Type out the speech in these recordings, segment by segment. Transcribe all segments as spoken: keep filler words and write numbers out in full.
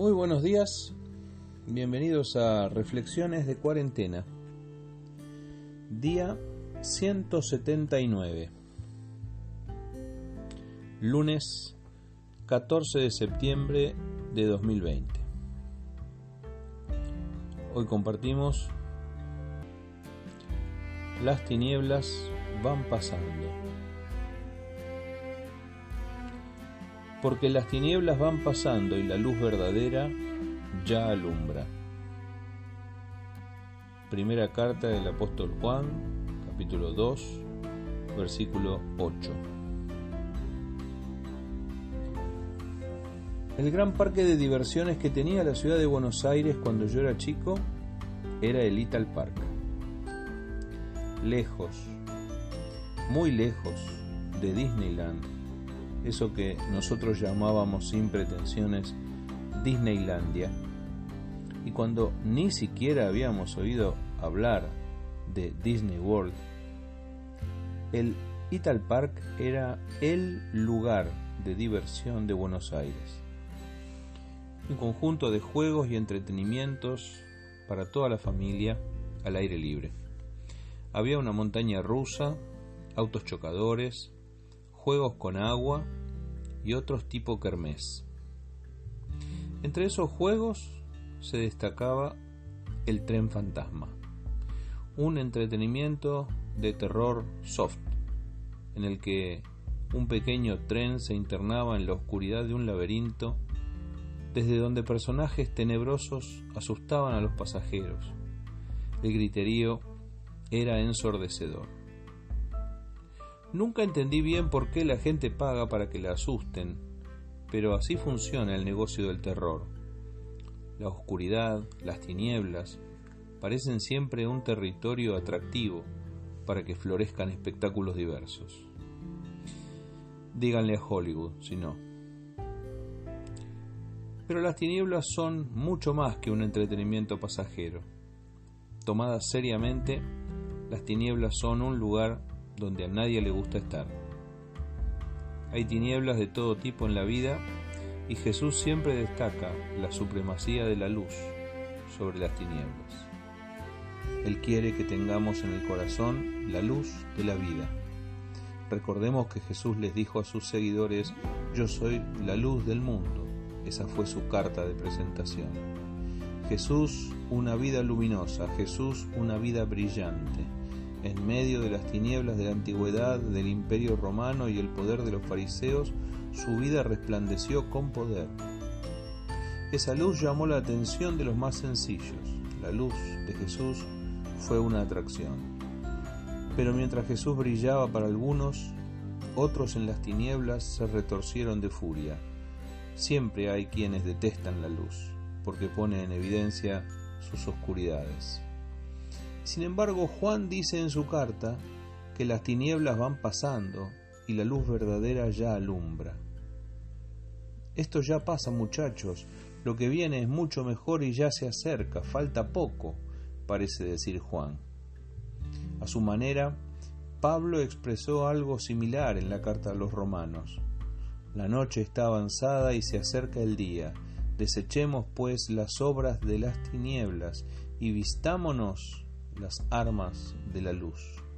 Muy buenos días, bienvenidos a Reflexiones de Cuarentena, día ciento setenta y nueve, lunes catorce de septiembre de dos mil veinte. Hoy compartimos: las tinieblas van pasando. Porque las tinieblas van pasando y la luz verdadera ya alumbra. Primera carta del apóstol Juan, capítulo dos, versículo ocho. El gran parque de diversiones que tenía la ciudad de Buenos Aires cuando yo era chico era el Ital Park. Lejos, muy lejos de Disneyland, eso que nosotros llamábamos sin pretensiones Disneylandia, y cuando ni siquiera habíamos oído hablar de Disney World, el Ital Park era el lugar de diversión de Buenos Aires. Un conjunto de juegos y entretenimientos para toda la familia al aire libre. Había una montaña rusa, autos chocadores, juegos con agua y otros tipo kermés. Entre esos juegos se destacaba el tren fantasma, un entretenimiento de terror soft, en el que un pequeño tren se internaba en la oscuridad de un laberinto, desde donde personajes tenebrosos asustaban a los pasajeros. El griterío era ensordecedor. Nunca entendí bien por qué la gente paga para que la asusten, pero así funciona el negocio del terror. La oscuridad, las tinieblas, parecen siempre un territorio atractivo para que florezcan espectáculos diversos. Díganle a Hollywood, si no. Pero las tinieblas son mucho más que un entretenimiento pasajero. Tomadas seriamente, las tinieblas son un lugar donde a nadie le gusta estar. Hay tinieblas de todo tipo en la vida y Jesús siempre destaca la supremacía de la luz sobre las tinieblas. Él quiere que tengamos en el corazón la luz de la vida. Recordemos que Jesús les dijo a sus seguidores: yo soy la luz del mundo. Esa fue su carta de presentación. Jesús, una vida luminosa. Jesús, una vida brillante. En medio de las tinieblas de la antigüedad, del imperio romano y el poder de los fariseos, su vida resplandeció con poder. Esa luz llamó la atención de los más sencillos. La luz de Jesús fue una atracción. Pero mientras Jesús brillaba para algunos, otros en las tinieblas se retorcieron de furia. Siempre hay quienes detestan la luz, porque pone en evidencia sus oscuridades. Sin embargo, Juan dice en su carta que las tinieblas van pasando y la luz verdadera ya alumbra. Esto ya pasa, muchachos, lo que viene es mucho mejor y ya se acerca, falta poco, parece decir Juan. A su manera, Pablo expresó algo similar en la carta a los romanos. La noche está avanzada y se acerca el día. Desechemos pues las obras de las tinieblas y vistámonos las armas de la luz.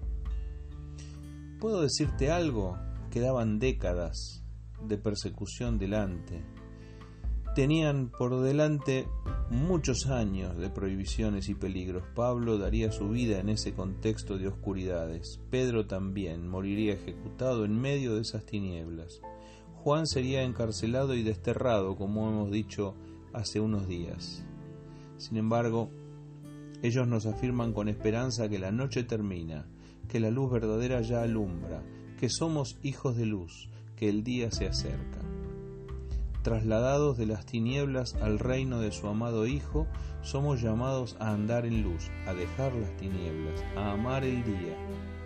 ¿Puedo decirte algo? Quedaban décadas de persecución delante. Tenían por delante muchos años de prohibiciones y peligros. Pablo daría su vida en ese contexto de oscuridades. Pedro también moriría ejecutado en medio de esas tinieblas. Juan sería encarcelado y desterrado, como hemos dicho hace unos días. Sin embargo, ellos nos afirman con esperanza que la noche termina, que la luz verdadera ya alumbra, que somos hijos de luz, que el día se acerca. Trasladados de las tinieblas al reino de su amado Hijo, somos llamados a andar en luz, a dejar las tinieblas, a amar el día.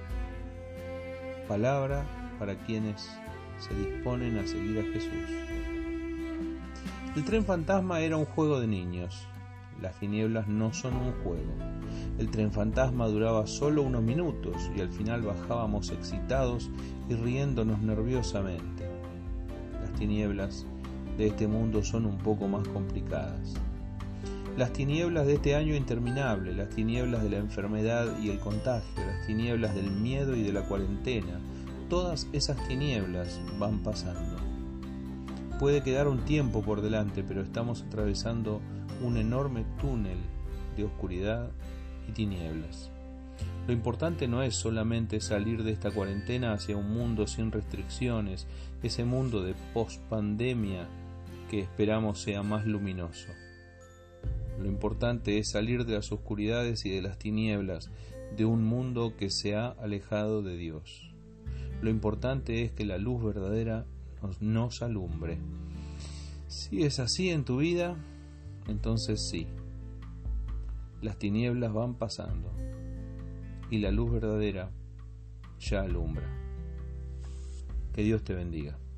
Palabra para quienes se disponen a seguir a Jesús. El tren fantasma era un juego de niños. Las tinieblas no son un juego. El tren fantasma duraba solo unos minutos y al final bajábamos excitados y riéndonos nerviosamente. Las tinieblas de este mundo son un poco más complicadas. Las tinieblas de este año interminable, las tinieblas de la enfermedad y el contagio, las tinieblas del miedo y de la cuarentena, todas esas tinieblas van pasando. Puede quedar un tiempo por delante, pero estamos atravesando un enorme túnel de oscuridad y tinieblas. Lo importante no es solamente salir de esta cuarentena hacia un mundo sin restricciones, ese mundo de post-pandemia que esperamos sea más luminoso. Lo importante es salir de las oscuridades y de las tinieblas de un mundo que se ha alejado de Dios. Lo importante es que la luz verdadera nos, nos alumbre. Si es así en tu vida, entonces sí, las tinieblas van pasando y la luz verdadera ya alumbra. Que Dios te bendiga.